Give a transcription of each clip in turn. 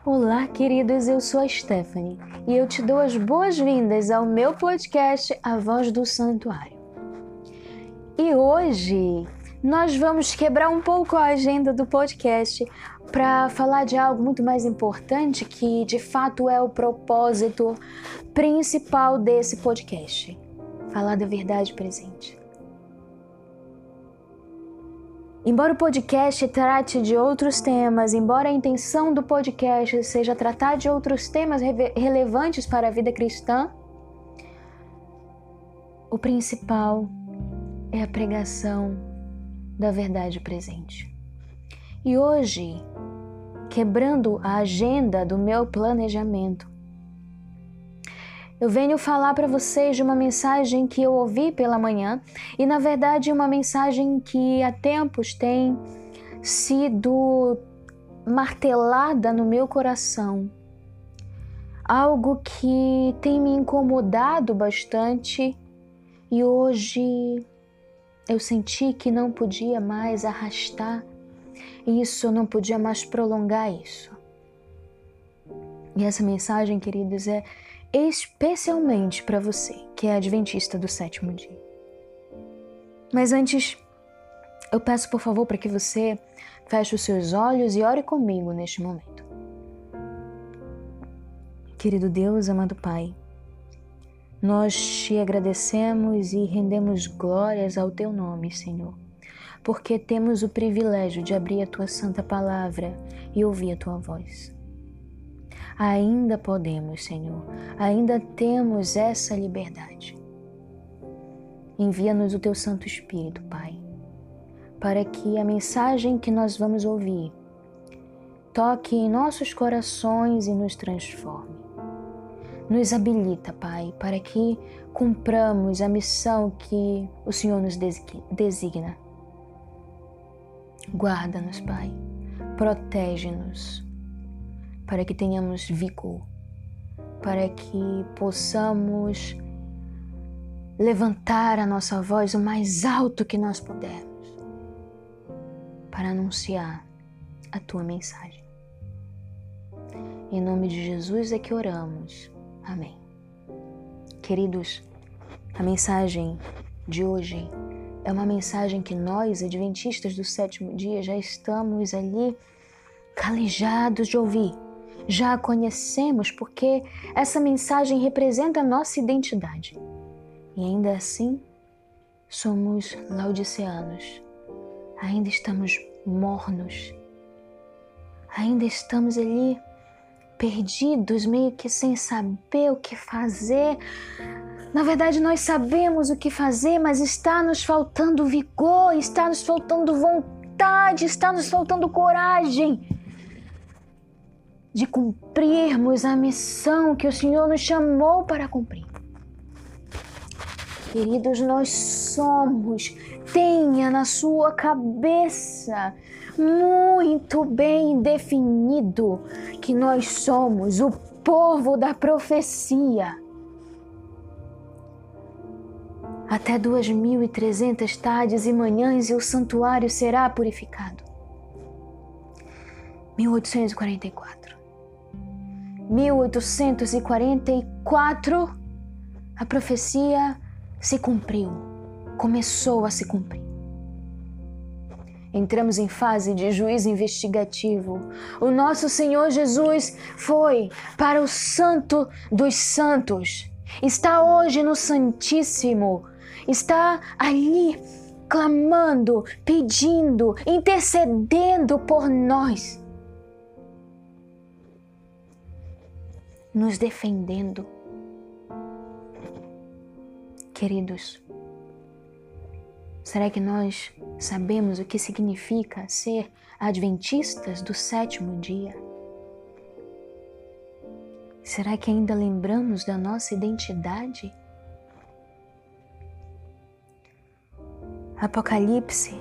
Olá, queridos, eu sou a Stephanie e eu te dou as boas-vindas ao meu podcast A Voz do Santuário. E hoje nós vamos quebrar um pouco a agenda do podcast para falar de algo muito mais importante que de fato é o propósito principal desse podcast: falar da verdade presente. Embora o podcast trate de outros temas, embora a intenção do podcast seja tratar de outros temas relevantes para a vida cristã, o principal é a pregação da verdade presente. E hoje, quebrando a agenda do meu planejamento, eu venho falar para vocês de uma mensagem que eu ouvi pela manhã e, na verdade, uma mensagem que há tempos tem sido martelada no meu coração. Algo que tem me incomodado bastante e hoje eu senti que não podia mais arrastar isso, eu não podia mais prolongar isso. E essa mensagem, queridos, é especialmente para você, que é adventista do sétimo dia. Mas antes, eu peço por favor para que você feche os seus olhos e ore comigo neste momento. Querido Deus, amado Pai, nós te agradecemos e rendemos glórias ao teu nome, Senhor, porque temos o privilégio de abrir a tua santa palavra e ouvir a tua voz. Ainda podemos, Senhor, ainda temos essa liberdade. Envia-nos o teu Santo Espírito, Pai, para que a mensagem que nós vamos ouvir toque em nossos corações e nos transforme. Nos habilita, Pai, para que cumpramos a missão que o Senhor nos designa. Guarda-nos, Pai, protege-nos, para que tenhamos vigor, para que possamos levantar a nossa voz o mais alto que nós pudermos, para anunciar a tua mensagem. Em nome de Jesus é que oramos. Amém. Queridos, a mensagem de hoje é uma mensagem que nós, adventistas do sétimo dia, já estamos ali calejados de ouvir. Já a conhecemos porque essa mensagem representa a nossa identidade. E ainda assim, somos laodiceanos. Ainda estamos mornos. Ainda estamos ali perdidos, meio que sem saber o que fazer. Na verdade, nós sabemos o que fazer, mas está nos faltando vigor, está nos faltando vontade, está nos faltando coragem de cumprirmos a missão que o Senhor nos chamou para cumprir. Queridos, nós somos, tenha na sua cabeça muito bem definido que nós somos o povo da profecia. Até 2.300 tardes e manhãs e o santuário será purificado. 1844, a profecia se cumpriu, começou a se cumprir. Entramos em fase de juízo investigativo. O nosso Senhor Jesus foi para o Santo dos Santos. Está hoje no Santíssimo. Está ali clamando, pedindo, intercedendo por nós. Nos defendendo. Queridos, será que nós sabemos o que significa ser adventistas do sétimo dia? Será que ainda lembramos da nossa identidade? Apocalipse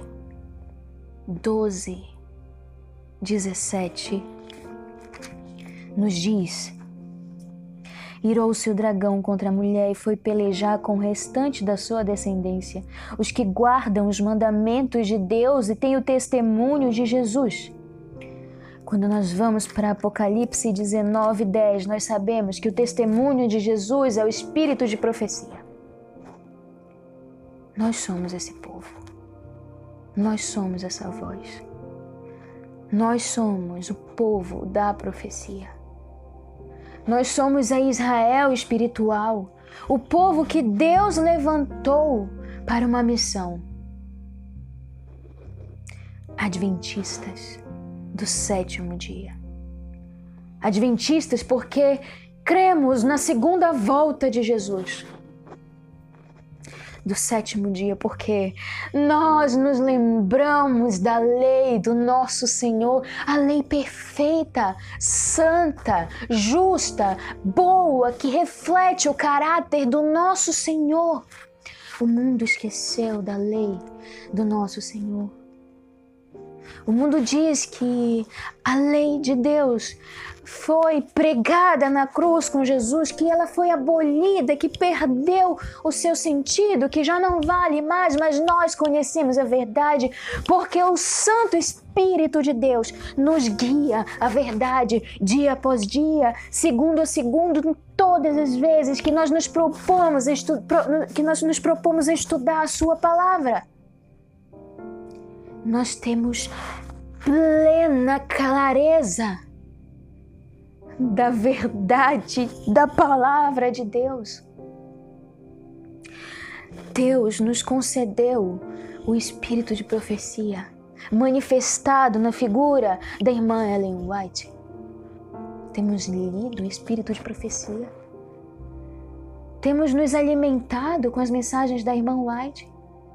12:17 nos diz: irou-se o dragão contra a mulher e foi pelejar com o restante da sua descendência, os que guardam os mandamentos de Deus e têm o testemunho de Jesus. Quando nós vamos para Apocalipse 19:10, nós sabemos que o testemunho de Jesus é o espírito de profecia. Nós somos esse povo. Nós somos essa voz. Nós somos o povo da profecia. Nós somos a Israel espiritual, o povo que Deus levantou para uma missão. Adventistas do sétimo dia. Adventistas porque cremos na segunda volta de Jesus. Do sétimo dia porque nós nos lembramos da lei do nosso Senhor, a lei perfeita, santa, justa, boa, que reflete o caráter do nosso Senhor. O mundo esqueceu da lei do nosso Senhor. O mundo diz que a lei de Deus foi pregada na cruz com Jesus, que ela foi abolida, que perdeu o seu sentido, que já não vale mais, mas nós conhecemos a verdade, porque o Santo Espírito de Deus nos guia a verdade dia após dia, segundo a segundo, todas as vezes que nós nos propomos a estudar a sua palavra. Nós temos plena clareza da verdade da palavra de Deus. Deus nos concedeu o espírito de profecia, manifestado na figura da irmã Ellen White. Temos lido o espírito de profecia. Temos nos alimentado com as mensagens da irmã White.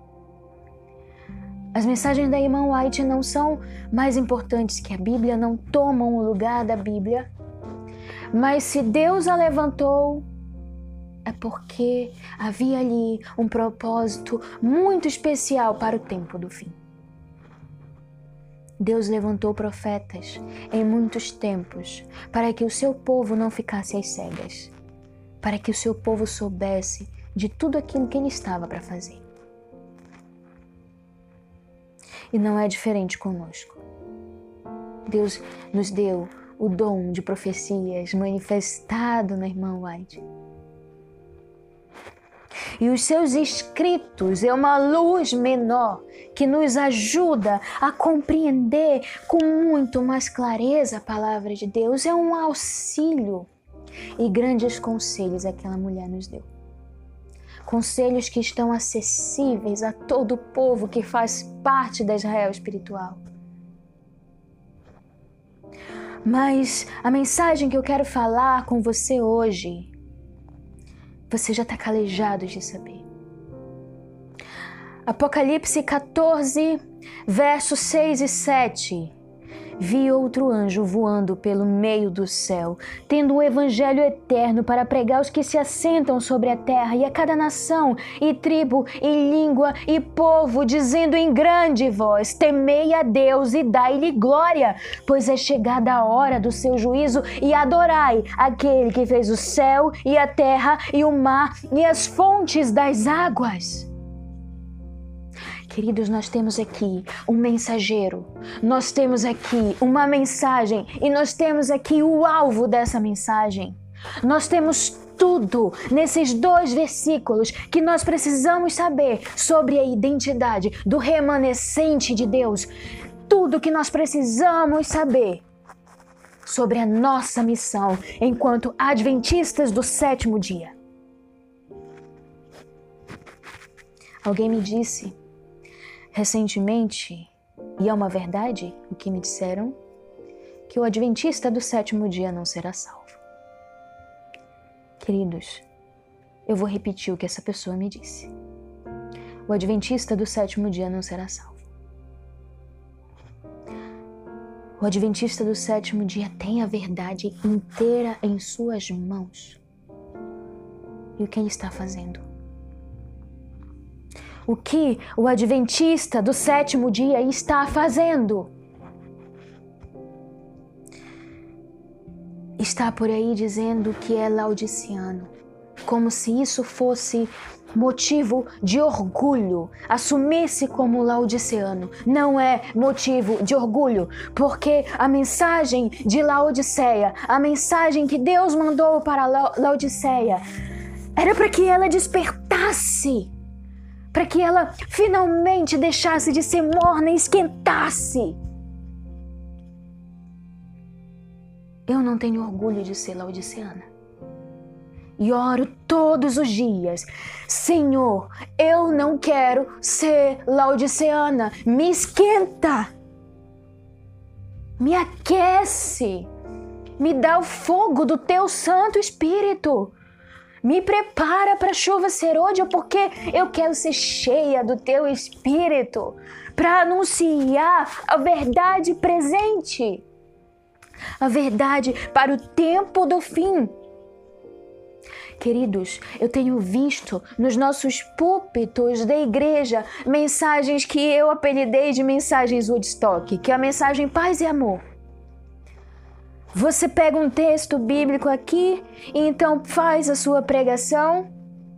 As mensagens da irmã White não são mais importantes que a Bíblia, não tomam o lugar da Bíblia. Mas se Deus a levantou, é porque havia ali um propósito muito especial para o tempo do fim. Deus levantou profetas em muitos tempos para que o seu povo não ficasse às cegas, para que o seu povo soubesse de tudo aquilo que ele estava para fazer. E não é diferente conosco. Deus nos deu o dom de profecias manifestado na irmã White. E os seus escritos é uma luz menor que nos ajuda a compreender com muito mais clareza a palavra de Deus. É um auxílio e grandes conselhos aquela mulher nos deu. Conselhos que estão acessíveis a todo o povo que faz parte da Israel espiritual. Mas a mensagem que eu quero falar com você hoje, você já está calejado de saber. Apocalipse 14, versos 6 e 7. Vi outro anjo voando pelo meio do céu, tendo um evangelho eterno para pregar aos que se assentam sobre a terra e a cada nação, e tribo, e língua, e povo, dizendo em grande voz: temei a Deus e dai-lhe glória, pois é chegada a hora do seu juízo, e adorai aquele que fez o céu e a terra e o mar e as fontes das águas. Queridos, nós temos aqui um mensageiro, nós temos aqui uma mensagem e nós temos aqui o alvo dessa mensagem. Nós temos tudo nesses 2 versículos que nós precisamos saber sobre a identidade do remanescente de Deus. Tudo que nós precisamos saber sobre a nossa missão enquanto adventistas do 7º dia. Alguém me disse recentemente, e é uma verdade o que me disseram, que o adventista do 7º dia não será salvo. Queridos, eu vou repetir o que essa pessoa me disse. O adventista do 7º dia não será salvo. O adventista do 7º dia tem a verdade inteira em suas mãos. E o que ele está fazendo? O que o adventista do 7º dia está fazendo? Está por aí dizendo que é laodiceano, como se isso fosse motivo de orgulho assumir-se como laodiceano. Não é motivo de orgulho, porque a mensagem de Laodiceia, a mensagem que Deus mandou para Laodiceia, era para que ela despertasse, para que ela finalmente deixasse de ser morna e esquentasse. Eu não tenho orgulho de ser laodiceana. E oro todos os dias: Senhor, eu não quero ser laodiceana. Me esquenta, me aquece, me dá o fogo do teu Santo Espírito. Me prepara para a chuva serôdia, porque eu quero ser cheia do teu Espírito para anunciar a verdade presente, a verdade para o tempo do fim. Queridos, eu tenho visto nos nossos púlpitos da igreja mensagens que eu apelidei de mensagens Woodstock, que é a mensagem paz e amor. Você pega um texto bíblico aqui e então faz a sua pregação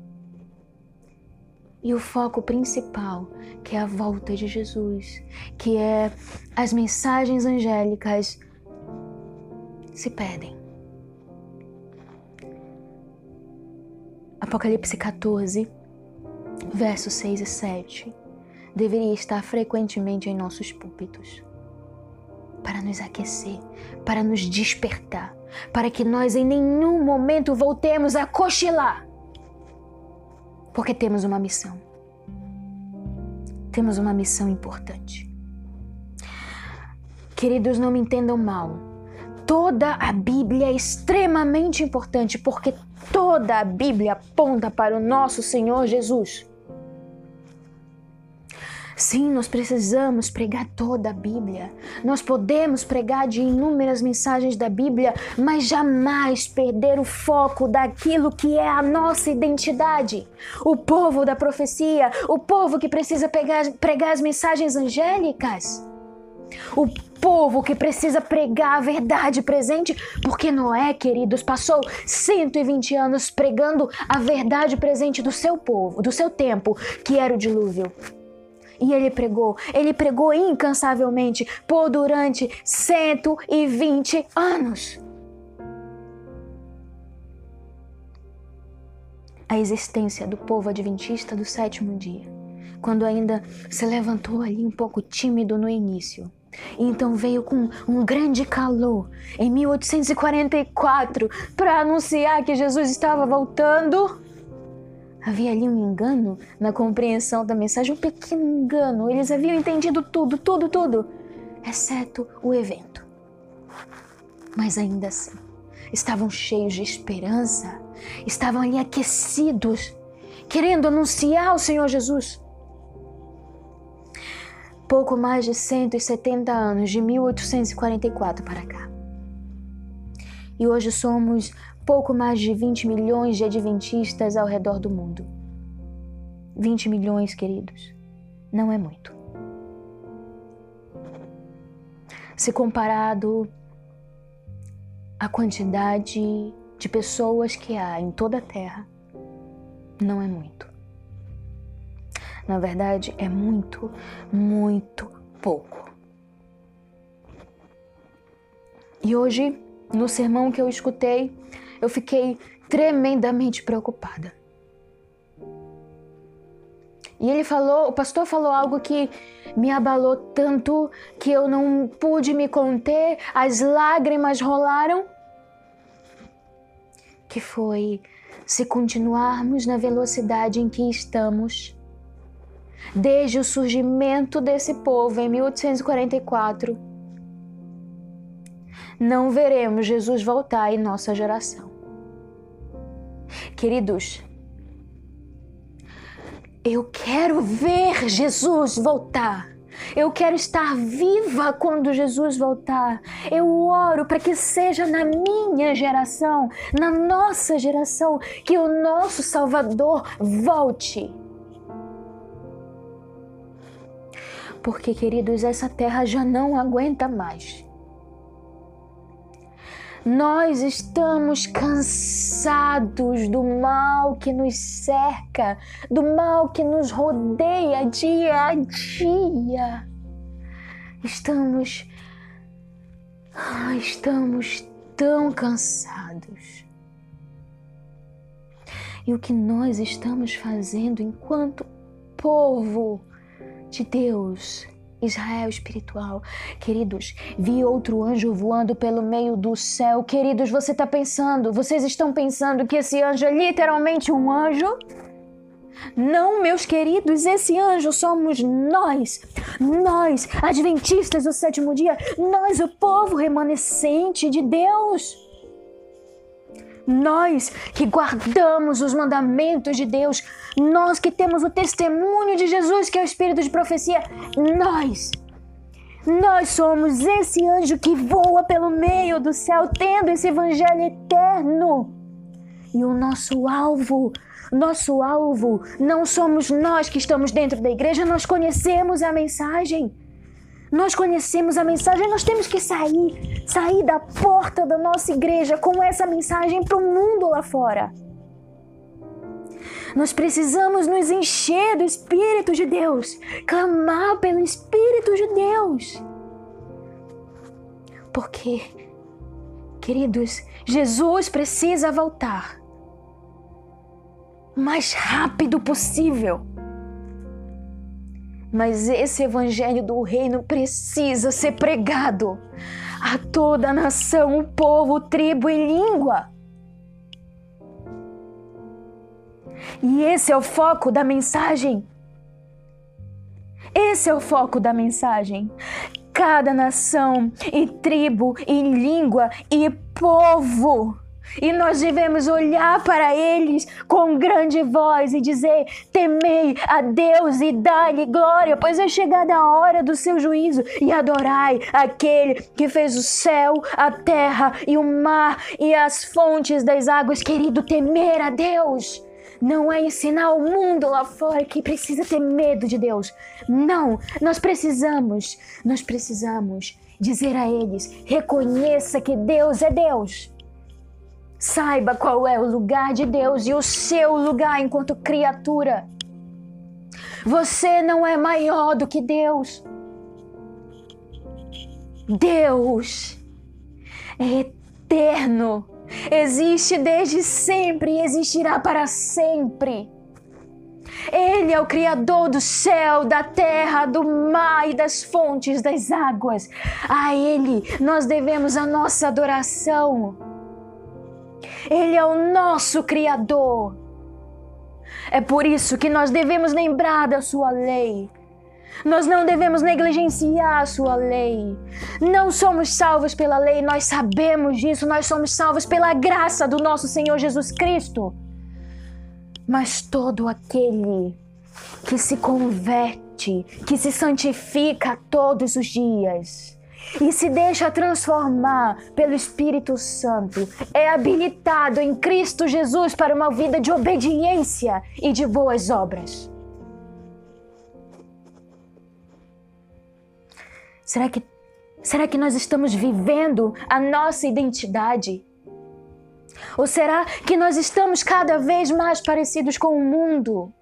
e o foco principal, que é a volta de Jesus, que é as mensagens angélicas, se perdem. Apocalipse 14, versos 6 e 7, deveria estar frequentemente em nossos púlpitos, para nos aquecer, para nos despertar, para que nós em nenhum momento voltemos a cochilar, porque temos uma missão. Temos uma missão importante. Queridos, não me entendam mal. Toda a Bíblia é extremamente importante, porque toda a Bíblia aponta para o nosso Senhor Jesus. Sim, nós precisamos pregar toda a Bíblia. Nós podemos pregar de inúmeras mensagens da Bíblia, mas jamais perder o foco daquilo que é a nossa identidade. O povo da profecia, o povo que precisa pregar as mensagens angélicas. O povo que precisa pregar a verdade presente, porque Noé, queridos, passou 120 anos pregando a verdade presente do seu povo, do seu tempo, que era o dilúvio. E ele pregou incansavelmente durante 120 anos. A existência do povo adventista do sétimo dia, quando ainda se levantou ali um pouco tímido no início, e então veio com um grande calor em 1844 para anunciar que Jesus estava voltando. Havia ali um engano na compreensão da mensagem, um pequeno engano. Eles haviam entendido tudo, exceto o evento. Mas ainda assim, estavam cheios de esperança, estavam ali aquecidos, querendo anunciar o Senhor Jesus. Pouco mais de 170 anos, de 1844 para cá. E hoje somos pouco mais de 20 milhões de adventistas ao redor do mundo. 20 milhões, queridos, não é muito. Se comparado à quantidade de pessoas que há em toda a Terra, não é muito. Na verdade, é muito, muito pouco. E hoje, no sermão que eu escutei, eu fiquei tremendamente preocupada. E o pastor falou algo que me abalou tanto que eu não pude me conter, as lágrimas rolaram, que foi: se continuarmos na velocidade em que estamos, desde o surgimento desse povo em 1844, não veremos Jesus voltar em nossa geração. Queridos, eu quero ver Jesus voltar. Eu quero estar viva quando Jesus voltar. Eu oro para que seja na minha geração, na nossa geração, que o nosso Salvador volte. Porque, queridos, essa terra já não aguenta mais. Nós estamos cansados do mal que nos cerca, do mal que nos rodeia dia a dia. Estamos tão cansados. E o que nós estamos fazendo enquanto povo de Deus, Israel espiritual? Queridos, vi outro anjo voando pelo meio do céu. Queridos, vocês estão pensando que esse anjo é literalmente um anjo? Não, meus queridos, esse anjo somos nós, adventistas do sétimo dia, nós, o povo remanescente de Deus. Nós que guardamos os mandamentos de Deus, nós que temos o testemunho de Jesus, que é o espírito de profecia, nós somos esse anjo que voa pelo meio do céu, tendo esse evangelho eterno. E o nosso alvo não somos nós que estamos dentro da igreja, nós conhecemos a mensagem. Nós temos que sair da porta da nossa igreja com essa mensagem para o mundo lá fora. Nós precisamos nos encher do Espírito de Deus, clamar pelo Espírito de Deus. Porque, queridos, Jesus precisa voltar o mais rápido possível. Mas esse evangelho do reino precisa ser pregado a toda a nação, o povo, tribo e língua. E esse é o foco da mensagem. Cada nação e tribo e língua e povo. E nós devemos olhar para eles com grande voz e dizer: temei a Deus e dai-lhe glória, pois é chegada a hora do seu juízo, e adorai aquele que fez o céu, a terra e o mar e as fontes das águas. Querido, temer a Deus não é ensinar o mundo lá fora que precisa ter medo de Deus. Não, nós precisamos dizer a eles: reconheça que Deus é Deus. Saiba qual é o lugar de Deus e o seu lugar enquanto criatura. Você não é maior do que Deus. Deus é eterno. Existe desde sempre e existirá para sempre. Ele é o Criador do céu, da terra, do mar e das fontes das águas. A Ele nós devemos a nossa adoração. Ele é o nosso Criador. É por isso que nós devemos lembrar da sua lei. Nós não devemos negligenciar a sua lei. Não somos salvos pela lei, nós sabemos disso. Nós somos salvos pela graça do nosso Senhor Jesus Cristo. Mas todo aquele que se converte, que se santifica todos os dias e se deixa transformar pelo Espírito Santo, é habilitado em Cristo Jesus para uma vida de obediência e de boas obras. Será que nós estamos vivendo a nossa identidade? Ou será que nós estamos cada vez mais parecidos com o mundo?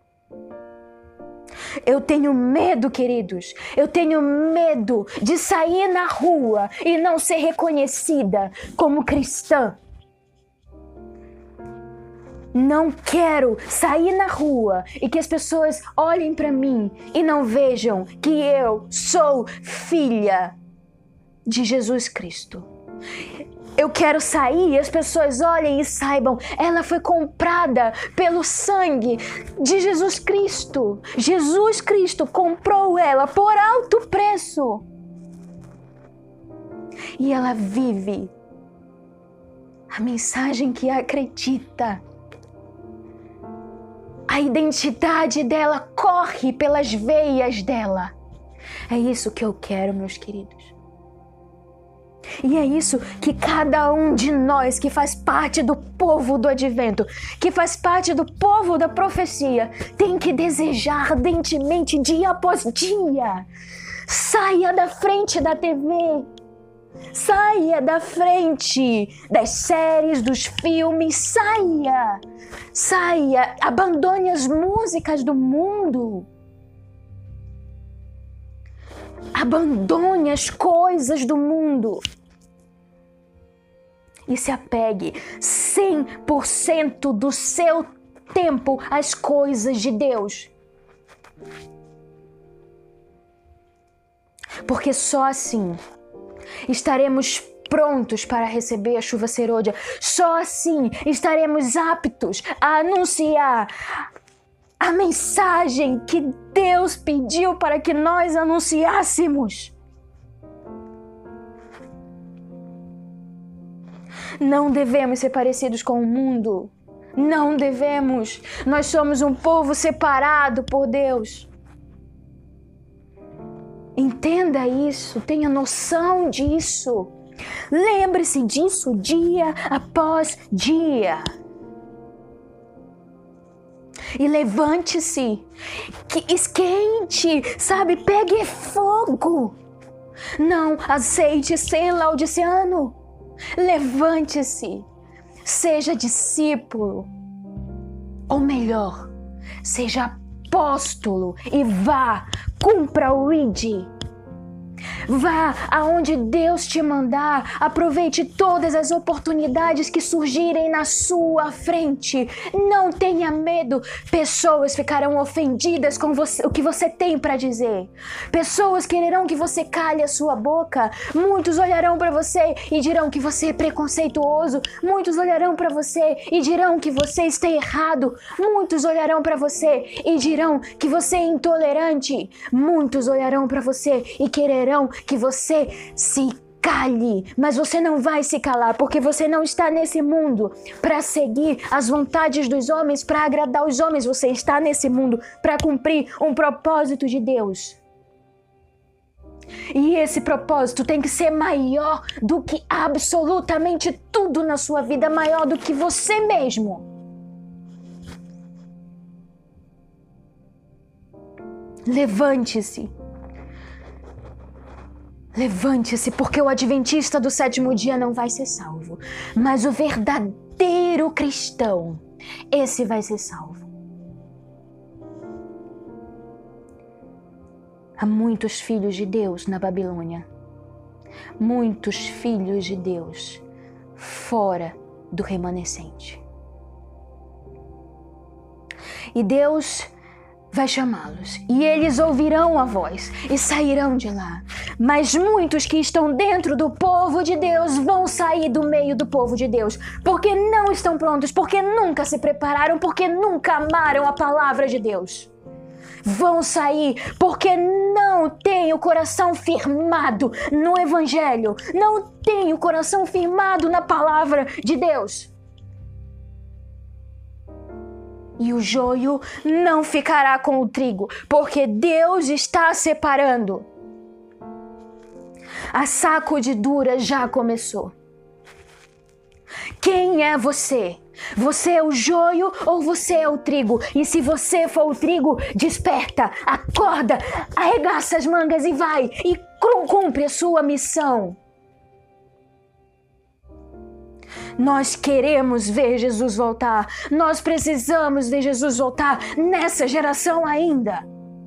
Eu tenho medo, queridos. Eu tenho medo de sair na rua e não ser reconhecida como cristã. Não quero sair na rua e que as pessoas olhem para mim e não vejam que eu sou filha de Jesus Cristo. Eu quero sair e as pessoas olhem e saibam, ela foi comprada pelo sangue de Jesus Cristo. Jesus Cristo comprou ela por alto preço. E ela vive a mensagem que acredita. A identidade dela corre pelas veias dela. É isso que eu quero, meus queridos. E é isso que cada um de nós que faz parte do povo do advento, que faz parte do povo da profecia, tem que desejar ardentemente dia após dia. Saia da frente da TV. Saia da frente das séries, dos filmes, saia, abandone as músicas do mundo. Abandone as coisas do mundo e se apegue 100% do seu tempo às coisas de Deus. Porque só assim estaremos prontos para receber a chuva serôdia. Só assim estaremos aptos a anunciar a mensagem que Deus pediu para que nós anunciássemos. Não devemos ser parecidos com o mundo. Não devemos. Nós somos um povo separado por Deus. Entenda isso, tenha noção disso. Lembre-se disso dia após dia. E levante-se, que esquente, sabe? Pegue fogo. Não aceite ser laodiceano. Levante-se, seja discípulo, ou melhor, seja apóstolo e vá, cumpra o ID. Vá aonde Deus te mandar, aproveite todas as oportunidades que surgirem na sua frente. Não tenha medo, pessoas ficarão ofendidas com você, o que você tem para dizer. Pessoas quererão que você cale a sua boca. Muitos olharão para você e dirão que você é preconceituoso. Muitos olharão para você e dirão que você está errado. Muitos olharão para você e dirão que você é intolerante. Muitos olharão para você e quererão que você se cale, mas você não vai se calar, porque você não está nesse mundo para seguir as vontades dos homens, para agradar os homens. Você está nesse mundo para cumprir um propósito de Deus. E esse propósito tem que ser maior do que absolutamente tudo na sua vida, maior do que você mesmo. Levante-se. Levante-se, porque o adventista do sétimo dia não vai ser salvo. Mas o verdadeiro cristão, esse vai ser salvo. Há muitos filhos de Deus na Babilônia. Muitos filhos de Deus fora do remanescente. E Deus vai chamá-los, e eles ouvirão a voz e sairão de lá. Mas muitos que estão dentro do povo de Deus vão sair do meio do povo de Deus, porque não estão prontos, porque nunca se prepararam, porque nunca amaram a palavra de Deus. Vão sair porque não têm o coração firmado no Evangelho, não têm o coração firmado na palavra de Deus. E o joio não ficará com o trigo, porque Deus está separando. A sacudidura já começou. Quem é você? Você é o joio ou você é o trigo? E se você for o trigo, desperta, acorda, arregaça as mangas e vai, e cumpre a sua missão. Nós queremos ver Jesus voltar. Nós precisamos ver Jesus voltar nessa geração ainda.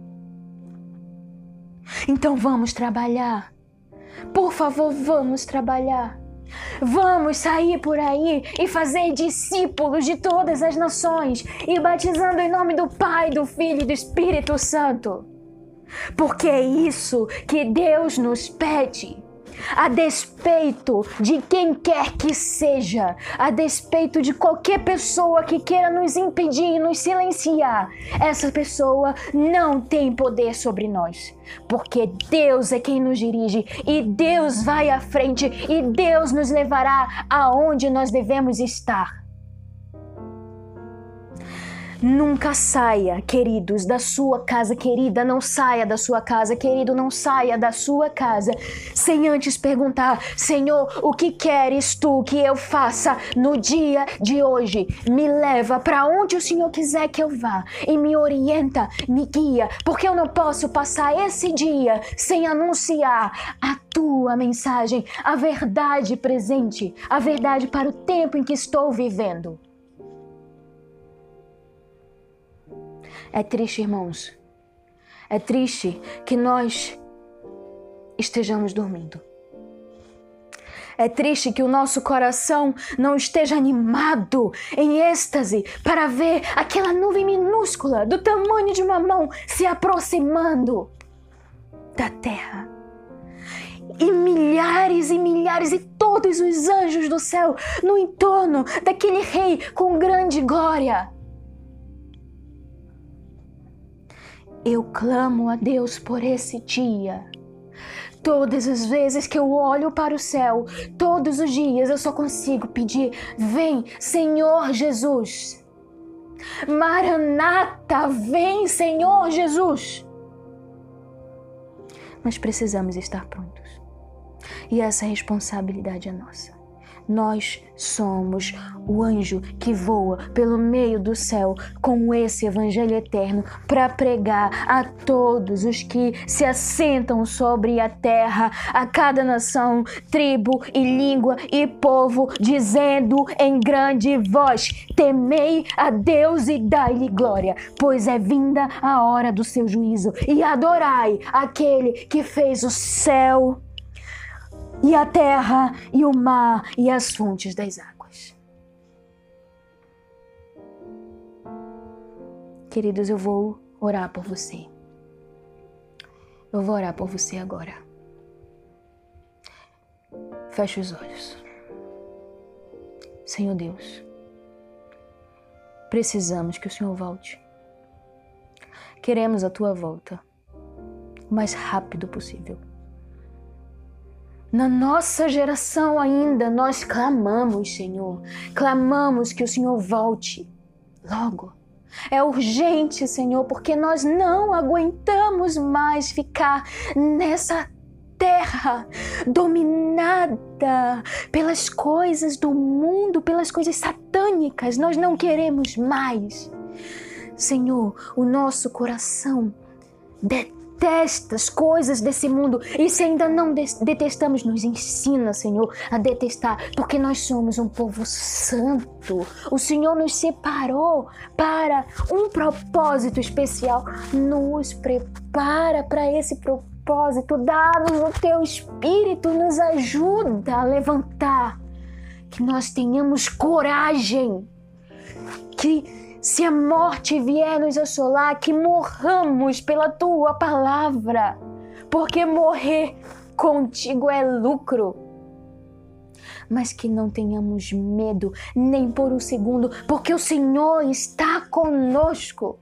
Então vamos trabalhar. Por favor, vamos trabalhar. Vamos sair por aí e fazer discípulos de todas as nações e batizando em nome do Pai, do Filho e do Espírito Santo. Porque é isso que Deus nos pede. A despeito de quem quer que seja, a despeito de qualquer pessoa que queira nos impedir e nos silenciar, essa pessoa não tem poder sobre nós, porque Deus é quem nos dirige e Deus vai à frente e Deus nos levará aonde nós devemos estar. Nunca saia, queridos, da sua casa, querida, não saia da sua casa, querido, não saia da sua casa, sem antes perguntar: Senhor, o que queres tu que eu faça no dia de hoje? Me leva para onde o Senhor quiser que eu vá e me orienta, me guia, porque eu não posso passar esse dia sem anunciar a tua mensagem, a verdade presente, a verdade para o tempo em que estou vivendo. É triste, irmãos. É triste que nós estejamos dormindo. É triste que o nosso coração não esteja animado, em êxtase, para ver aquela nuvem minúscula, do tamanho de uma mão, se aproximando da terra. E milhares e todos os anjos do céu no entorno daquele rei com grande glória. Eu clamo a Deus por esse dia. Todas as vezes que eu olho para o céu, todos os dias eu só consigo pedir: vem, Senhor Jesus. Maranata, vem, Senhor Jesus. Mas precisamos estar prontos. E essa responsabilidade é nossa. Nós somos o anjo que voa pelo meio do céu com esse evangelho eterno para pregar a todos os que se assentam sobre a terra, a cada nação, tribo e língua e povo, dizendo em grande voz: temei a Deus e dai-lhe glória, pois é vinda a hora do seu juízo, e adorai aquele que fez o céu e a terra, e o mar, e as fontes das águas. Queridos, eu vou orar por você. Eu vou orar por você agora. Feche os olhos. Senhor Deus, precisamos que o Senhor volte. Queremos a Tua volta o mais rápido possível. Na nossa geração ainda, nós clamamos, Senhor. Clamamos que o Senhor volte logo. É urgente, Senhor, porque nós não aguentamos mais ficar nessa terra dominada pelas coisas do mundo, pelas coisas satânicas. Nós não queremos mais. Senhor, o nosso coração detesta as coisas desse mundo, e se ainda não detestamos, nos ensina, Senhor, a detestar, porque nós somos um povo santo. O Senhor nos separou para um propósito especial. Nos prepara para esse propósito. Dá-nos o Teu Espírito, nos ajuda a levantar, que nós tenhamos coragem, que se a morte vier nos assolar, que morramos pela Tua palavra, porque morrer contigo é lucro. Mas que não tenhamos medo nem por um segundo, porque o Senhor está conosco.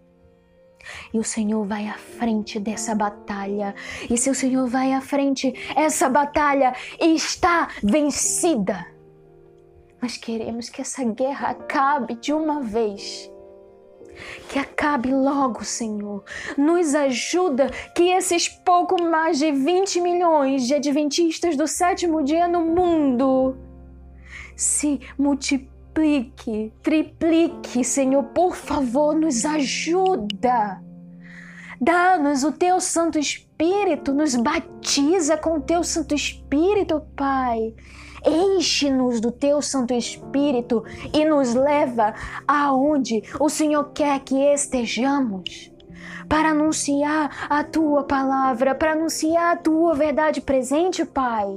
E o Senhor vai à frente dessa batalha. E se o Senhor vai à frente, essa batalha está vencida. Nós queremos que essa guerra acabe de uma vez. Que acabe logo, Senhor. Nos ajuda que esses pouco mais de 20 milhões de adventistas do sétimo dia no mundo se multiplique, triplique, Senhor. Por favor, nos ajuda. Dá-nos o Teu Santo Espírito, nos batiza com o Teu Santo Espírito, Pai. Enche-nos do Teu Santo Espírito e nos leva aonde o Senhor quer que estejamos, para anunciar a Tua palavra, para anunciar a Tua verdade presente, Pai.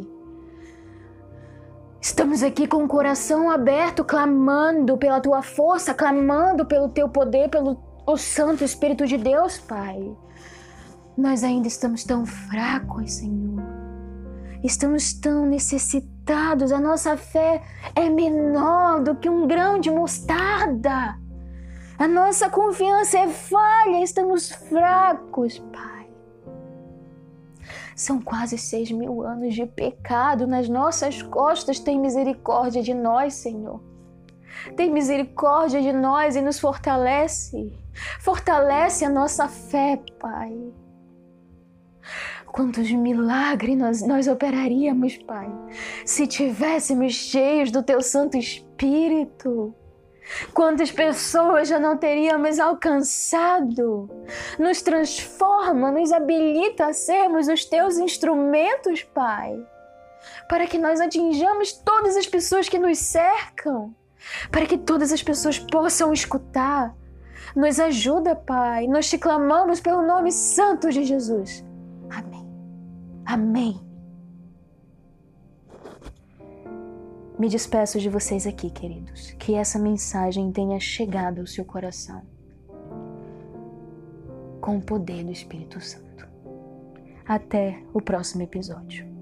Estamos aqui com o coração aberto, clamando pela Tua força, clamando pelo Teu poder, pelo o Santo Espírito de Deus, Pai. Nós ainda estamos tão fracos, Senhor. Estamos tão necessitados. A nossa fé é menor do que um grão de mostarda. A nossa confiança é falha. Estamos fracos, Pai. São quase 6.000 anos de pecado nas nossas costas. Tem misericórdia de nós, Senhor. Tem misericórdia de nós e nos fortalece. Fortalece a nossa fé, Pai. Quantos milagres nós operaríamos, Pai, se tivéssemos cheios do Teu Santo Espírito. Quantas pessoas já não teríamos alcançado. Nos transforma, nos habilita a sermos os Teus instrumentos, Pai, para que nós atinjamos todas as pessoas que nos cercam, para que todas as pessoas possam escutar. Nos ajuda, Pai. Nós te clamamos pelo nome santo de Jesus. Amém. Amém. Me despeço de vocês aqui, queridos. Que essa mensagem tenha chegado ao seu coração com o poder do Espírito Santo. Até o próximo episódio.